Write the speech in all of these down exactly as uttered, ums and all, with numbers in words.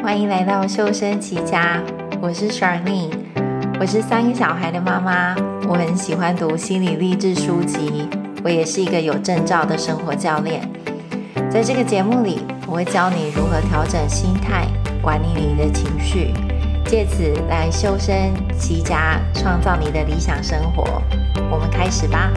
欢迎来到修身齐家，我是 Charlene， 我是三个小孩的妈妈，我很喜欢读心理励志书籍，我也是一个有证照的生活教练。在这个节目里，我会教你如何调整心态，管理你的情绪，借此来修身齐家，创造你的理想生活。我们开始吧。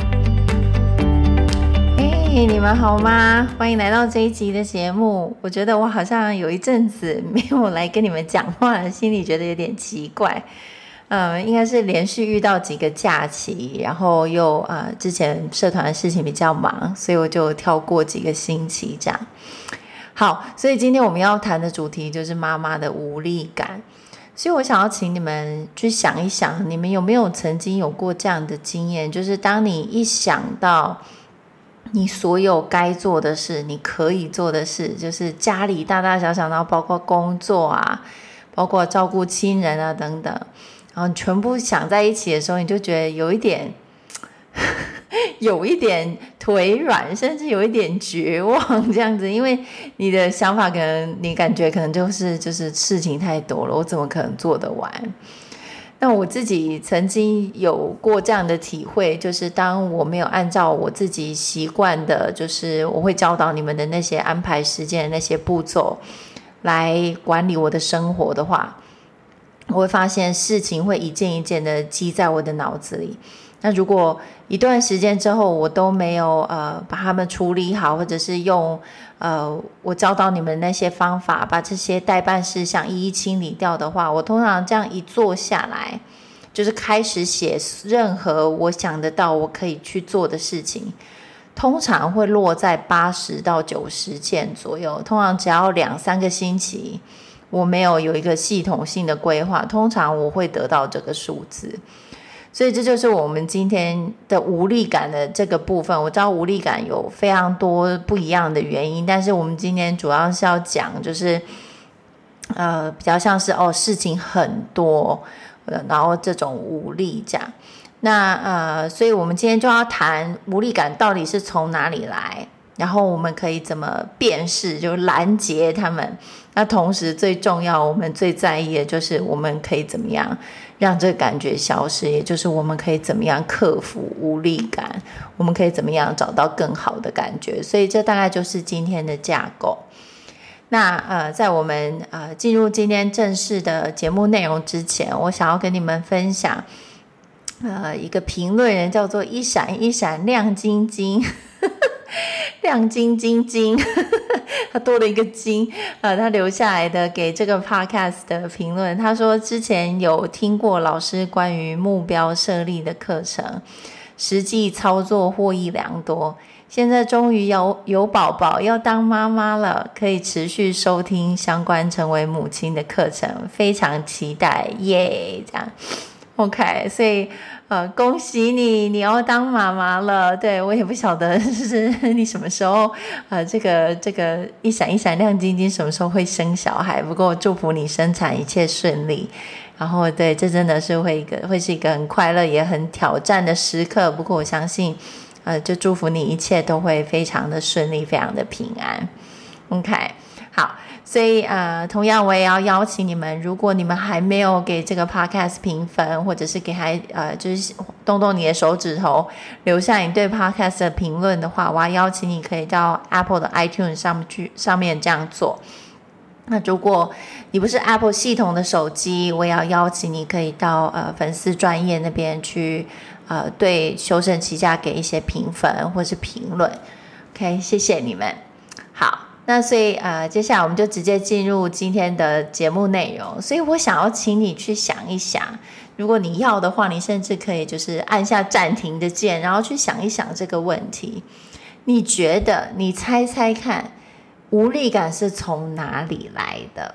嘿，你们好吗？欢迎来到这一集的节目。我觉得我好像有一阵子没有来跟你们讲话，心里觉得有点奇怪。呃，应该是连续遇到几个假期，然后又呃之前社团的事情比较忙，所以我就跳过几个星期这样。好，所以今天我们要谈的主题就是妈妈的无力感。所以我想要请你们去想一想，你们有没有曾经有过这样的经验，就是当你一想到你所有该做的事，你可以做的事，就是家里大大小小，然后包括工作啊，包括照顾亲人啊等等，然后全部想在一起的时候，你就觉得有一点有一点腿软，甚至有一点绝望这样子，因为你的想法可能你感觉可能就是就是事情太多了，我怎么可能做得完？那我自己曾经有过这样的体会，就是当我没有按照我自己习惯的，就是我会教导你们的那些安排时间的那些步骤来管理我的生活的话，我会发现事情会一件一件的积在我的脑子里。那如果一段时间之后我都没有呃把它们处理好，或者是用呃我教导你们那些方法把这些待办事项一一清理掉的话，我通常这样一坐下来，就是开始写任何我想得到我可以去做的事情，通常会落在八十到九十件左右。通常只要两三个星期我没有有一个系统性的规划，通常我会得到这个数字。所以这就是我们今天的无力感的这个部分。我知道无力感有非常多不一样的原因，但是我们今天主要是要讲就是呃比较像是哦事情很多，然后这种无力这样。那呃所以我们今天就要谈无力感到底是从哪里来，然后我们可以怎么辨识，就拦截他们。那同时最重要我们最在意的就是我们可以怎么样让这个感觉消失，也就是我们可以怎么样克服无力感，我们可以怎么样找到更好的感觉。所以这大概就是今天的架构。那呃，在我们呃进入今天正式的节目内容之前，我想要跟你们分享呃一个评论人叫做一闪一闪亮晶晶亮晶晶晶他多了一个晶，呃，他留下来的给这个 podcast 的评论，他说之前有听过老师关于目标设立的课程，实际操作获益良多，现在终于有有宝宝要当妈妈了，可以持续收听相关成为母亲的课程，非常期待耶，这样 OK， 所以呃，恭喜你，你要当妈妈了。对，我也不晓得就是你什么时候呃，这个这个一闪一闪亮晶晶什么时候会生小孩，不过祝福你生产一切顺利。然后对，这真的是会一个会是一个很快乐也很挑战的时刻，不过我相信呃，就祝福你一切都会非常的顺利，非常的平安。 OK， 好，所以呃，同样我也要邀请你们，如果你们还没有给这个 podcast 评分，或者是给还呃，就是动动你的手指头留下你对 podcast 的评论的话，我要邀请你可以到 Apple 的 iTunes 上面去上面这样做。那如果你不是 Apple 系统的手机，我也要邀请你可以到呃粉丝专页那边去呃对修身齐家给一些评分或是评论。 OK， 谢谢你们。好，那所以呃接下来我们就直接进入今天的节目内容。所以我想要请你去想一想，如果你要的话，你甚至可以就是按下暂停的键，然后去想一想这个问题。你觉得，你猜猜看，无力感是从哪里来的？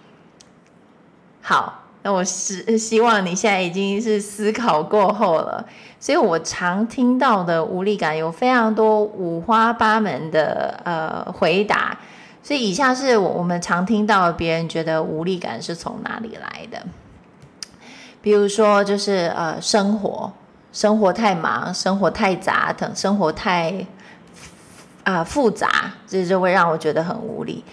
好，那我是希望你现在已经是思考过后了。所以我常听到的无力感有非常多五花八门的呃回答。所以以下是我们常听到的别人觉得无力感是从哪里来的。比如说就是呃生活生活太忙，生活太杂，等生活太啊、呃、复杂，这就会让我觉得很无力。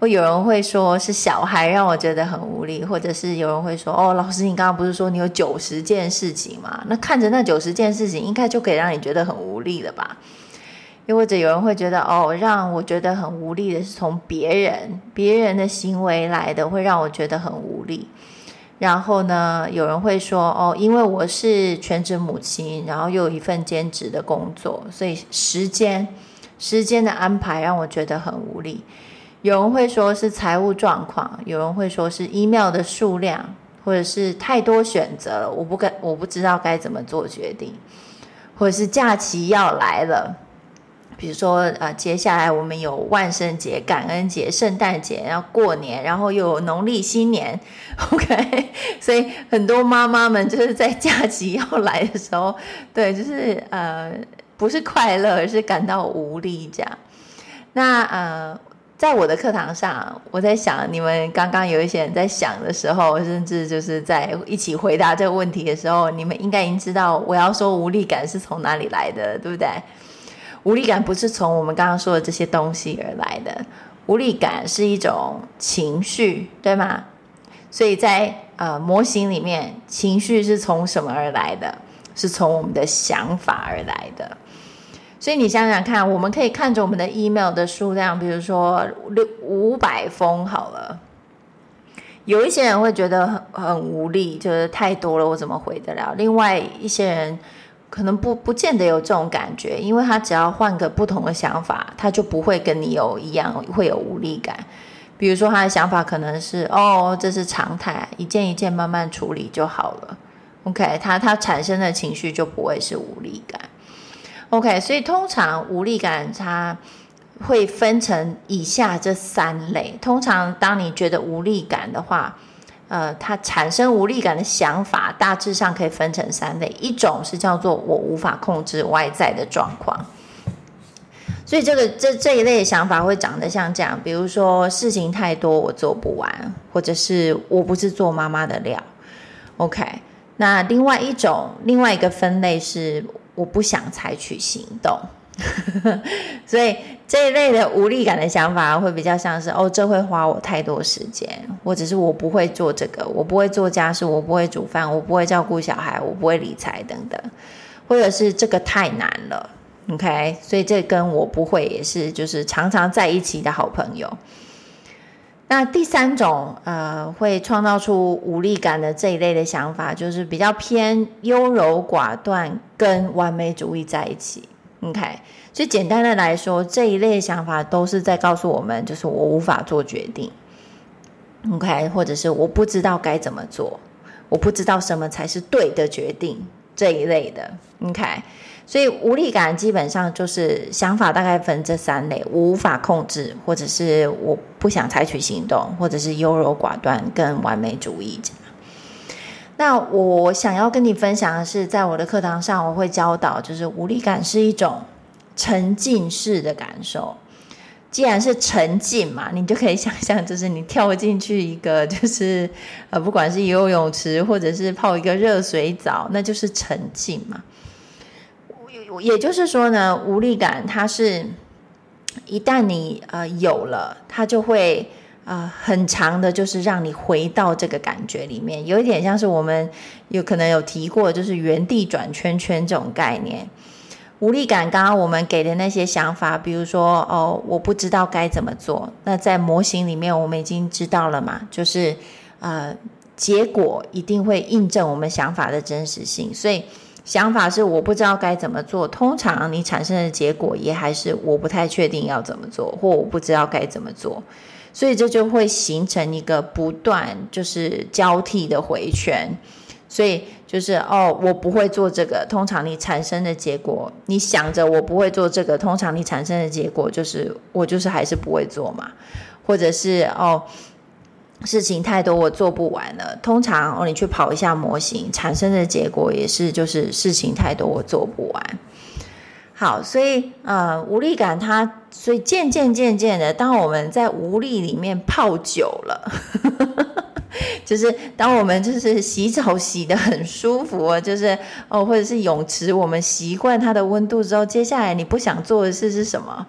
或有人会说是小孩让我觉得很无力，或者是有人会说哦，老师你刚刚不是说你有九十件事情吗？那看着那九十件事情应该就可以让你觉得很无力了吧？又或者有人会觉得哦，让我觉得很无力的是从别人别人的行为来的，会让我觉得很无力。然后呢，有人会说哦，因为我是全职母亲，然后又有一份兼职的工作，所以时间时间的安排让我觉得很无力。有人会说是财务状况，有人会说是 email 的数量，或者是太多选择了，我不该我不知道该怎么做决定，或者是假期要来了，比如说呃，接下来我们有万圣节、感恩节、圣诞节，然后过年，然后又有农历新年 ，OK， 所以很多妈妈们就是在假期要来的时候，对，就是呃，不是快乐，而是感到无力这样。那呃。在我的课堂上，我在想你们刚刚有一些人在想的时候，甚至就是在一起回答这个问题的时候，你们应该已经知道我要说无力感是从哪里来的，对不对？无力感不是从我们刚刚说的这些东西而来的，无力感是一种情绪，对吗？所以在呃模型里面，情绪是从什么而来的？是从我们的想法而来的。所以你想想看，我们可以看着我们的 email 的数量，比如说五百封好了，有一些人会觉得 很, 很无力，就是太多了，我怎么回得了？另外一些人可能不不见得有这种感觉，因为他只要换个不同的想法，他就不会跟你有一样会有无力感。比如说他的想法可能是哦，这是常态，一件一件慢慢处理就好了。OK， 他他产生的情绪就不会是无力感。OK， 所以通常无力感它会分成以下这三类。通常当你觉得无力感的话，呃，它产生无力感的想法大致上可以分成三类。一种是叫做我无法控制外在的状况，所以这个这这一类的想法会长得像这样，比如说事情太多我做不完，或者是我不是做妈妈的料。OK， 那另外一种另外一个分类是我不想采取行动所以这一类的无力感的想法会比较像是哦，这会花我太多时间，或者是我不会做这个，我不会做家事，我不会煮饭，我不会照顾小孩，我不会理财等等，或者是这个太难了 OK， 所以这跟我不会也是就是常常在一起的好朋友。那第三种呃，会创造出无力感的这一类的想法，就是比较偏优柔寡断跟完美主义在一起。OK， 所以简单的来说，这一类的想法都是在告诉我们，就是我无法做决定 OK， 或者是我不知道该怎么做，我不知道什么才是对的决定这一类的 OK。所以无力感基本上就是想法大概分这三类，我无法控制，或者是我不想采取行动，或者是优柔寡断跟完美主义。那我想要跟你分享的是，在我的课堂上我会教导，就是无力感是一种沉浸式的感受。既然是沉浸嘛，你就可以想象，就是你跳进去一个就是呃，不管是游泳池或者是泡一个热水澡，那就是沉浸嘛。也就是说呢，无力感它是一旦你呃有了，它就会呃很长的，就是让你回到这个感觉里面，有一点像是我们有可能有提过，就是原地转圈圈这种概念。无力感刚刚我们给的那些想法，比如说哦，我不知道该怎么做，那在模型里面我们已经知道了嘛，就是呃结果一定会印证我们想法的真实性，所以想法是我不知道该怎么做，通常你产生的结果也还是我不太确定要怎么做，或我不知道该怎么做，所以这就会形成一个不断就是交替的回圈。所以就是哦，我不会做这个，通常你产生的结果，你想着我不会做这个，通常你产生的结果就是我就是还是不会做嘛，或者是哦事情太多我做不完了，通常哦你去跑一下模型，产生的结果也是就是事情太多我做不完。好，所以呃无力感它所以渐渐渐渐的，当我们在无力里面泡久了就是当我们就是洗澡洗得很舒服，就是哦或者是泳池我们习惯它的温度之后，接下来你不想做的事是什么？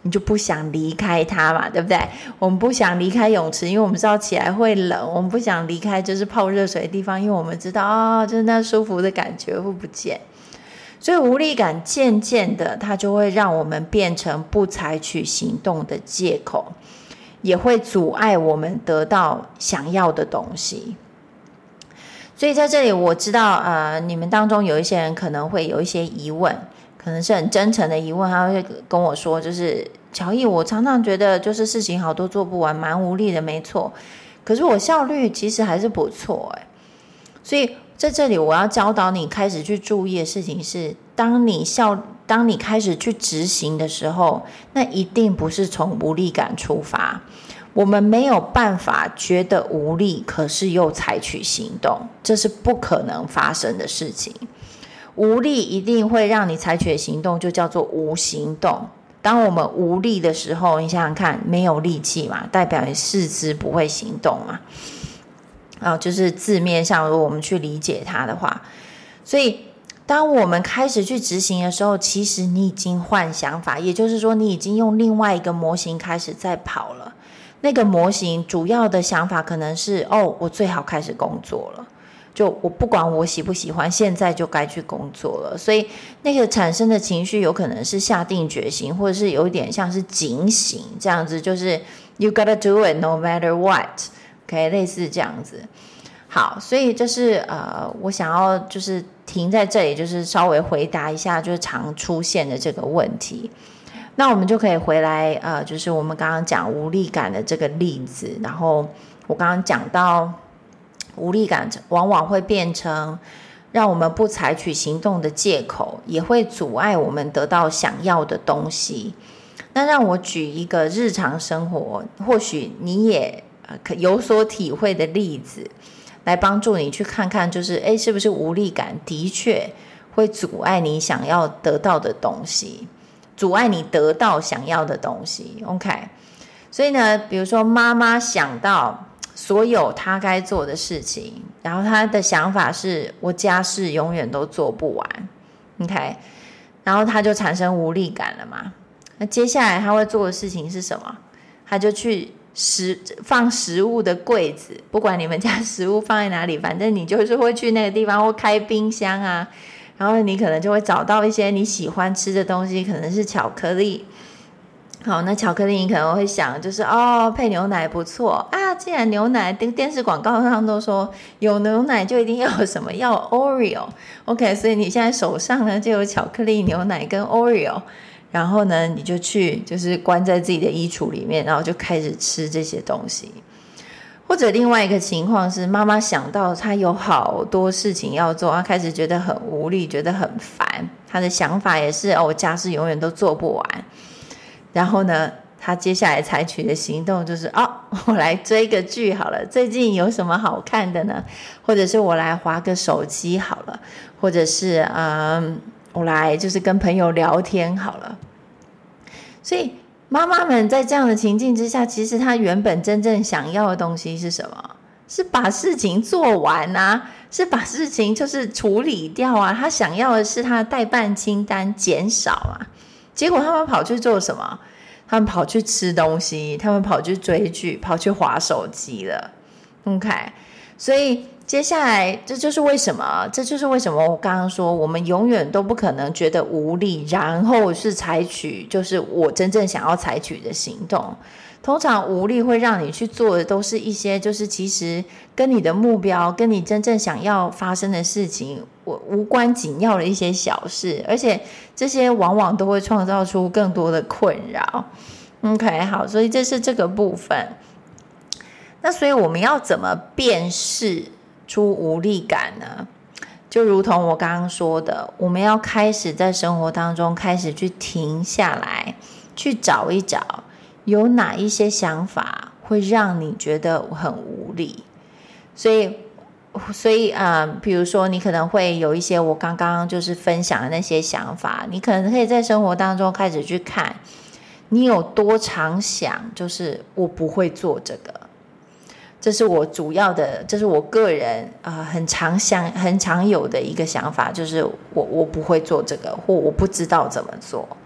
你就不想离开它嘛，对不对？我们不想离开泳池，因为我们知道起来会冷，我们不想离开就是泡热水的地方，因为我们知道啊、哦，就是那舒服的感觉会不见。所以无力感渐渐的它就会让我们变成不采取行动的借口，也会阻碍我们得到想要的东西。所以在这里我知道呃，你们当中有一些人可能会有一些疑问，可能是很真诚的疑问，他会跟我说，就是乔毅，我常常觉得就是事情好多做不完，蛮无力的，没错，可是我效率其实还是不错诶。所以在这里我要教导你开始去注意的事情是，当你效当你开始去执行的时候，那一定不是从无力感出发。我们没有办法觉得无力，可是又采取行动，这是不可能发生的事情。无力一定会让你采取的行动就叫做无行动。当我们无力的时候，你想想看，没有力气嘛，代表你四肢不会行动嘛。啊，就是字面上如果我们去理解它的话，所以当我们开始去执行的时候，其实你已经换想法，也就是说你已经用另外一个模型开始在跑了。那个模型主要的想法可能是，哦，我最好开始工作了，就我不管我喜不喜欢，现在就该去工作了。所以那个产生的情绪有可能是下定决心，或者是有一点像是警醒这样子，就是 you gotta do it no matter what， OK， 类似这样子。好，所以就是呃，我想要就是停在这里，就是稍微回答一下就是常出现的这个问题。那我们就可以回来呃，就是我们刚刚讲无力感的这个例子，然后我刚刚讲到无力感往往会变成让我们不采取行动的借口，也会阻碍我们得到想要的东西。那让我举一个日常生活或许你也有所体会的例子，来帮助你去看看，就是诶，是不是无力感的确会阻碍你想要得到的东西，阻碍你得到想要的东西。 OK， 所以呢，比如说妈妈想到所有她该做的事情，然后她的想法是我家事永远都做不完， OK， 然后她就产生无力感了嘛。那接下来她会做的事情是什么？她就去食放食物的柜子，不管你们家食物放在哪里，反正你就是会去那个地方，或开冰箱啊，然后你可能就会找到一些你喜欢吃的东西，可能是巧克力。好，那巧克力你可能会想，就是哦，配牛奶不错啊。既然牛奶电视广告上都说有牛奶就一定要有什么，要 Oreo。OK， 所以你现在手上呢就有巧克力、牛奶跟 Oreo。然后呢，你就去就是关在自己的衣橱里面，然后就开始吃这些东西。或者另外一个情况是，妈妈想到她有好多事情要做，她开始觉得很无力，觉得很烦。她的想法也是，哦，我家事永远都做不完。然后呢，她接下来采取的行动就是，哦，我来追个剧好了，最近有什么好看的呢？或者是我来滑个手机好了，或者是嗯。我来就是跟朋友聊天好了。所以妈妈们在这样的情境之下，其实她原本真正想要的东西是什么？是把事情做完啊，是把事情就是处理掉啊。她想要的是她的待办清单减少啊。结果他们跑去做什么？他们跑去吃东西，他们跑去追剧，跑去滑手机了。OK， 所以接下来这就是为什么这就是为什么我刚刚说我们永远都不可能觉得无力，然后是采取就是我真正想要采取的行动。通常无力会让你去做的都是一些就是其实跟你的目标跟你真正想要发生的事情无关紧要的一些小事，而且这些往往都会创造出更多的困扰。 OK， 好，所以这是这个部分。那所以我们要怎么辨识出无力感呢？就如同我刚刚说的，我们要开始在生活当中开始去停下来，去找一找有哪一些想法会让你觉得很无力。所以所以呃，比如说你可能会有一些我刚刚就是分享的那些想法，你可能可以在生活当中开始去看你有多常想就是我不会做这个。这是我主要的，这是我个人呃很常想很常有的一个想法，就是我我不会做这个，或我不知道怎么做。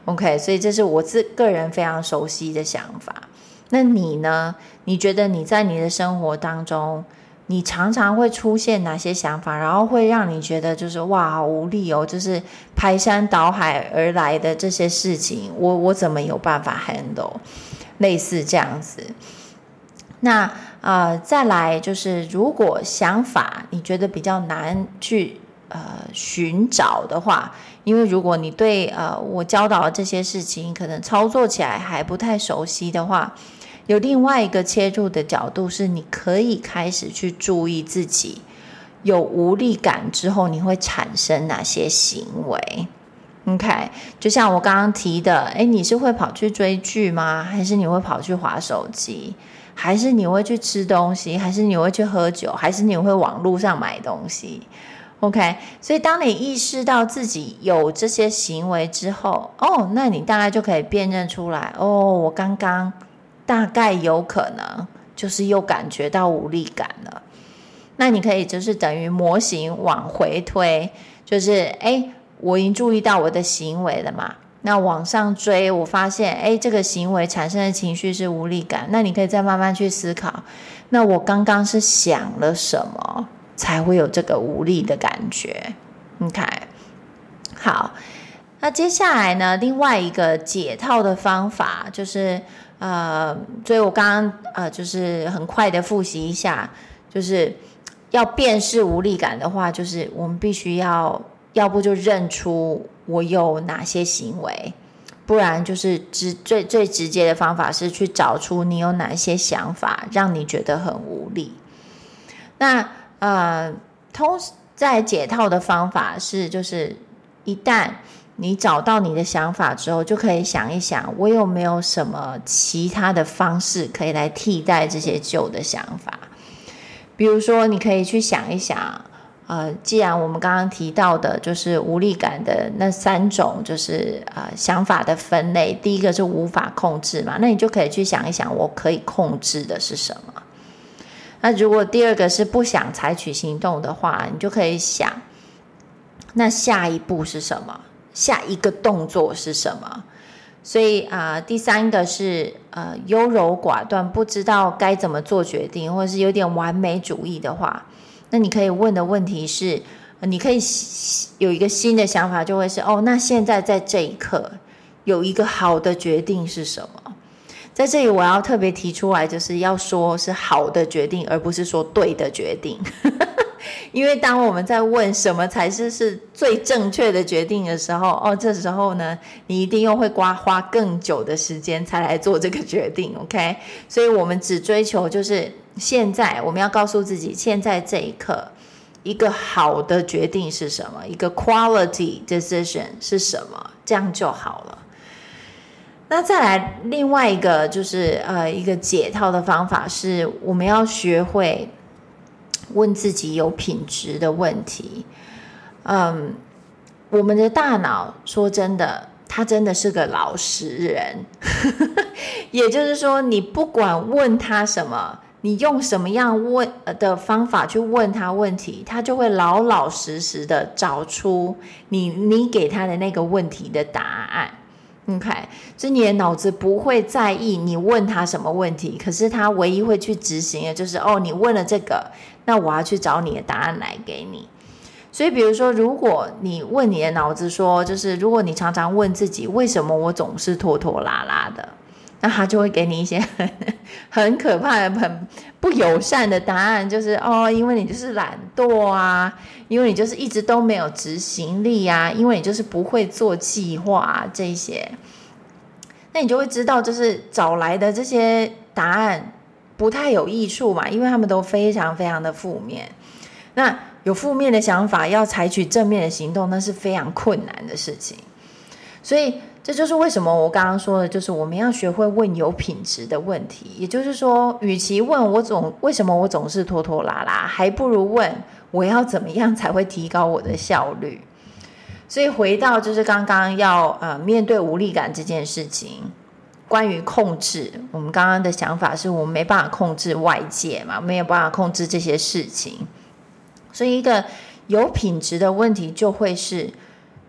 OK， 所以这是我自个人非常熟悉的想法。那你呢？你觉得你在你的生活当中，你常常会出现哪些想法，然后会让你觉得就是哇好无力哦，就是排山倒海而来的这些事情，我我怎么有办法 handle？ 类似这样子。那呃，再来就是，如果想法你觉得比较难去呃寻找的话，因为如果你对呃我教导的这些事情可能操作起来还不太熟悉的话，有另外一个切入的角度是，你可以开始去注意自己有无力感之后你会产生哪些行为。 OK， 就像我刚刚提的，诶，你是会跑去追剧吗？还是你会跑去滑手机？还是你会去吃东西？还是你会去喝酒？还是你会网络上买东西？ OK， 所以当你意识到自己有这些行为之后，哦，那你大概就可以辨认出来，哦，我刚刚大概有可能就是又感觉到无力感了。那你可以就是等于模型往回推，就是诶，我已经注意到我的行为了嘛，那往上追，我发现诶，这个行为产生的情绪是无力感，那你可以再慢慢去思考，那我刚刚是想了什么才会有这个无力的感觉。 OK， 好，那接下来呢，另外一个解套的方法就是呃，所以我刚刚呃就是很快的复习一下，就是要辨识无力感的话，就是我们必须要要不就认出我有哪些行为，不然就是直最最直接的方法是去找出你有哪些想法让你觉得很无力。那呃，通在解套的方法是，就是一旦你找到你的想法之后，就可以想一想，我有没有什么其他的方式可以来替代这些旧的想法。比如说你可以去想一想，呃，既然我们刚刚提到的就是无力感的那三种就是呃想法的分类，第一个是无法控制嘛，那你就可以去想一想我可以控制的是什么。那如果第二个是不想采取行动的话，你就可以想那下一步是什么，下一个动作是什么。所以啊、呃，第三个是呃优柔寡断，不知道该怎么做决定，或者是有点完美主义的话，那你可以问的问题是，你可以有一个新的想法，就会是哦，那现在在这一刻有一个好的决定是什么？在这里我要特别提出来，就是要说是好的决定，而不是说对的决定。因为当我们在问什么才是是最正确的决定的时候，哦，这时候呢，你一定又会花花更久的时间才来做这个决定 ，OK？ 所以我们只追求就是现在，我们要告诉自己，现在这一刻，一个好的决定是什么，一个 quality decision 是什么，这样就好了。那再来另外一个就是呃一个解套的方法是，我们要学会问自己有品质的问题。嗯，我们的大脑说真的，它真的是个老实人。也就是说，你不管问他什么，你用什么样问的方法去问他问题，他就会老老实实的找出你你给他的那个问题的答案。OK， 所以你的脑子不会在意你问他什么问题，可是他唯一会去执行的就是哦，你问了这个，那我要去找你的答案来给你。所以比如说，如果你问你的脑子说，就是如果你常常问自己为什么我总是拖拖拉拉的，那他就会给你一些很很可怕的很不友善的答案，就是哦，因为你就是懒惰啊，因为你就是一直都没有执行力啊，因为你就是不会做计划啊，这些，那你就会知道，就是找来的这些答案不太有益处嘛，因为他们都非常非常的负面。那有负面的想法，要采取正面的行动，那是非常困难的事情。所以这就是为什么我刚刚说的，就是我们要学会问有品质的问题。也就是说，与其问我总为什么我总是拖拖拉拉，还不如问我要怎么样才会提高我的效率。所以回到就是刚刚要呃面对无力感这件事情，关于控制，我们刚刚的想法是我们没办法控制外界嘛，没有办法控制这些事情。所以一个有品质的问题就会是，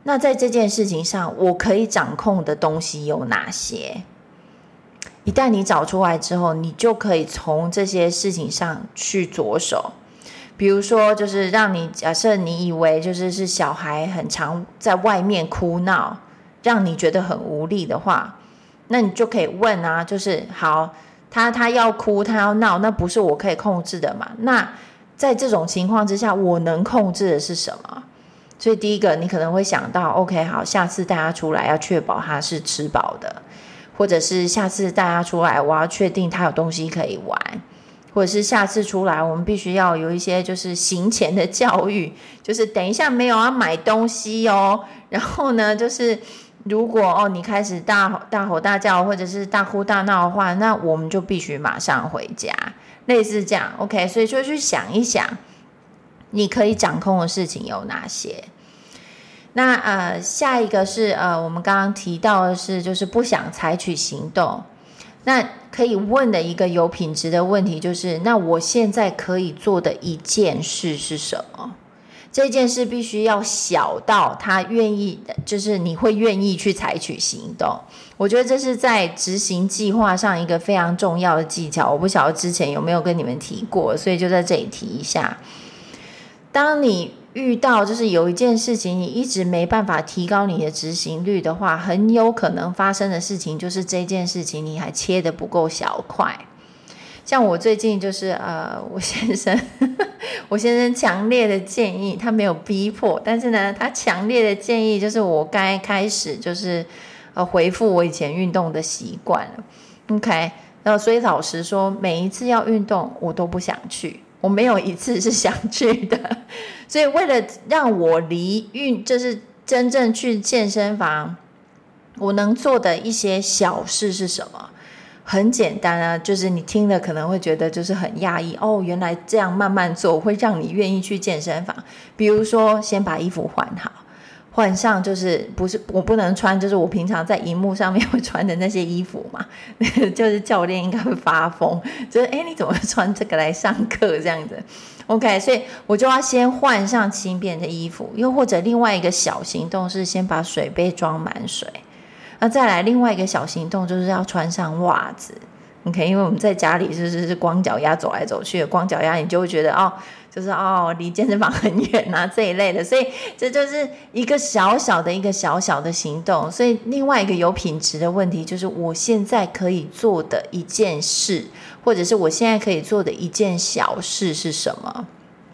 那在这件事情上，我可以掌控的东西有哪些？一旦你找出来之后，你就可以从这些事情上去着手。比如说，就是让你假设你以为就是是小孩很常在外面哭闹，让你觉得很无力的话，那你就可以问啊，就是好，他他要哭，他要闹，那不是我可以控制的嘛？那在这种情况之下，我能控制的是什么？所以第一个，你可能会想到 OK 好，下次带他出来要确保他是吃饱的，或者是下次带他出来我要确定他有东西可以玩，或者是下次出来我们必须要有一些就是行前的教育，就是等一下没有要买东西哦，然后呢就是如果哦你开始大大吼大叫或者是大哭大闹的话，那我们就必须马上回家，类似这样 OK。 所以就去想一想你可以掌控的事情有哪些。那呃，下一个是呃，我们刚刚提到的是，就是不想采取行动。那可以问的一个有品质的问题就是，那我现在可以做的一件事是什么？这件事必须要小到他愿意，就是你会愿意去采取行动。我觉得这是在执行计划上一个非常重要的技巧。我不晓得之前有没有跟你们提过，所以就在这里提一下。当你遇到就是有一件事情你一直没办法提高你的执行率的话，很有可能发生的事情就是这件事情你还切得不够小块。像我最近就是呃，我先生我先生强烈的建议，他没有逼迫，但是呢他强烈的建议就是我该开始就是呃回复我以前运动的习惯了 OK。 然后所以老实说，每一次要运动我都不想去，我没有一次是想去的。所以为了让我离运就是真正去健身房，我能做的一些小事是什么？很简单啊，就是你听了可能会觉得就是很讶异哦，原来这样慢慢做会让你愿意去健身房。比如说先把衣服换好，换上就是不是我不能穿就是我平常在荧幕上面会穿的那些衣服嘛就是教练应该会发疯，就是诶你怎么会穿这个来上课这样子 OK。 所以我就要先换上轻便的衣服，又或者另外一个小行动是先把水杯装满水。那再来另外一个小行动就是要穿上袜子 OK。 因为我们在家里就是光脚丫走来走去的，光脚丫你就会觉得哦就是哦离健身房很远啊这一类的，所以这就是一个小小的一个小小的行动。所以另外一个有品质的问题就是我现在可以做的一件事，或者是我现在可以做的一件小事是什么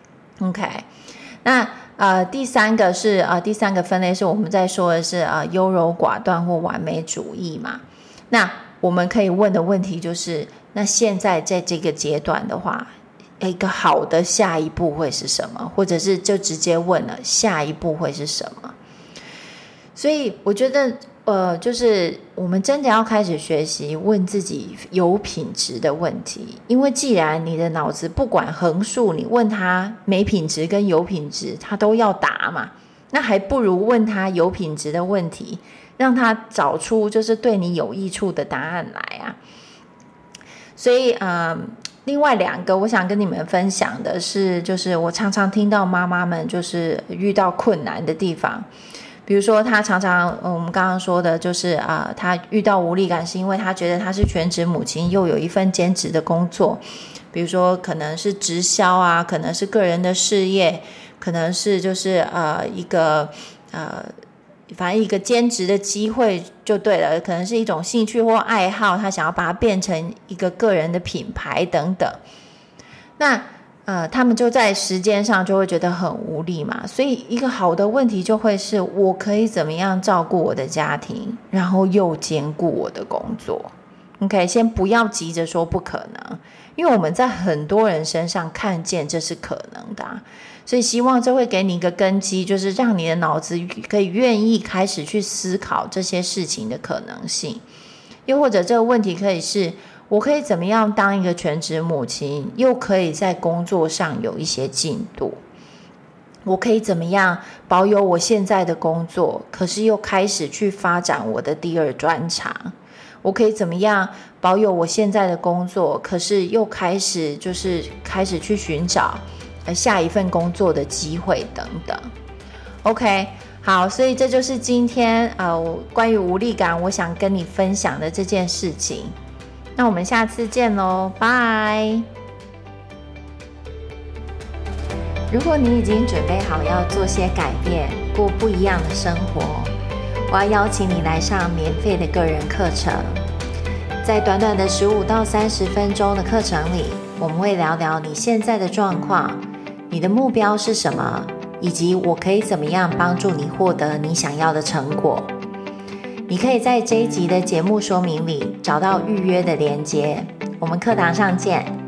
OK。 那呃，第三个是呃，第三个分类是我们在说的是呃优柔寡断或完美主义嘛。那我们可以问的问题就是，那现在在这个阶段的话，一个好的下一步会是什么？或者是就直接问了下一步会是什么？所以我觉得呃，就是我们真的要开始学习问自己有品质的问题。因为既然你的脑子不管横竖，你问他没品质跟有品质他都要答嘛，那还不如问他有品质的问题，让他找出就是对你有益处的答案来啊。所以呃另外两个我想跟你们分享的是，就是我常常听到妈妈们就是遇到困难的地方。比如说她常常我们刚刚说的就是啊、呃，她遇到无力感是因为她觉得她是全职母亲又有一份兼职的工作，比如说可能是直销啊，可能是个人的事业，可能是就是呃一个呃反正一个兼职的机会就对了，可能是一种兴趣或爱好，她想要把它变成一个个人的品牌等等。那呃，他们就在时间上就会觉得很无力嘛，所以一个好的问题就会是我可以怎么样照顾我的家庭，然后又兼顾我的工作 OK。 先不要急着说不可能，因为我们在很多人身上看见这是可能的、啊、所以希望这会给你一个根基，就是让你的脑子可以愿意开始去思考这些事情的可能性。又或者这个问题可以是我可以怎么样当一个全职母亲，又可以在工作上有一些进度？我可以怎么样保有我现在的工作，可是又开始去发展我的第二专长？我可以怎么样保有我现在的工作，可是又开始就是开始去寻找下一份工作的机会等等 OK。 好，所以这就是今天呃关于无力感我想跟你分享的这件事情。那我们下次见咯，拜。如果你已经准备好要做些改变，过不一样的生活，我要邀请你来上免费的个人课程。在短短的十五到三十分钟的课程里，我们会聊聊你现在的状况，你的目标是什么，以及我可以怎么样帮助你获得你想要的成果。你可以在这一集的节目说明里找到预约的连结，我们课堂上见。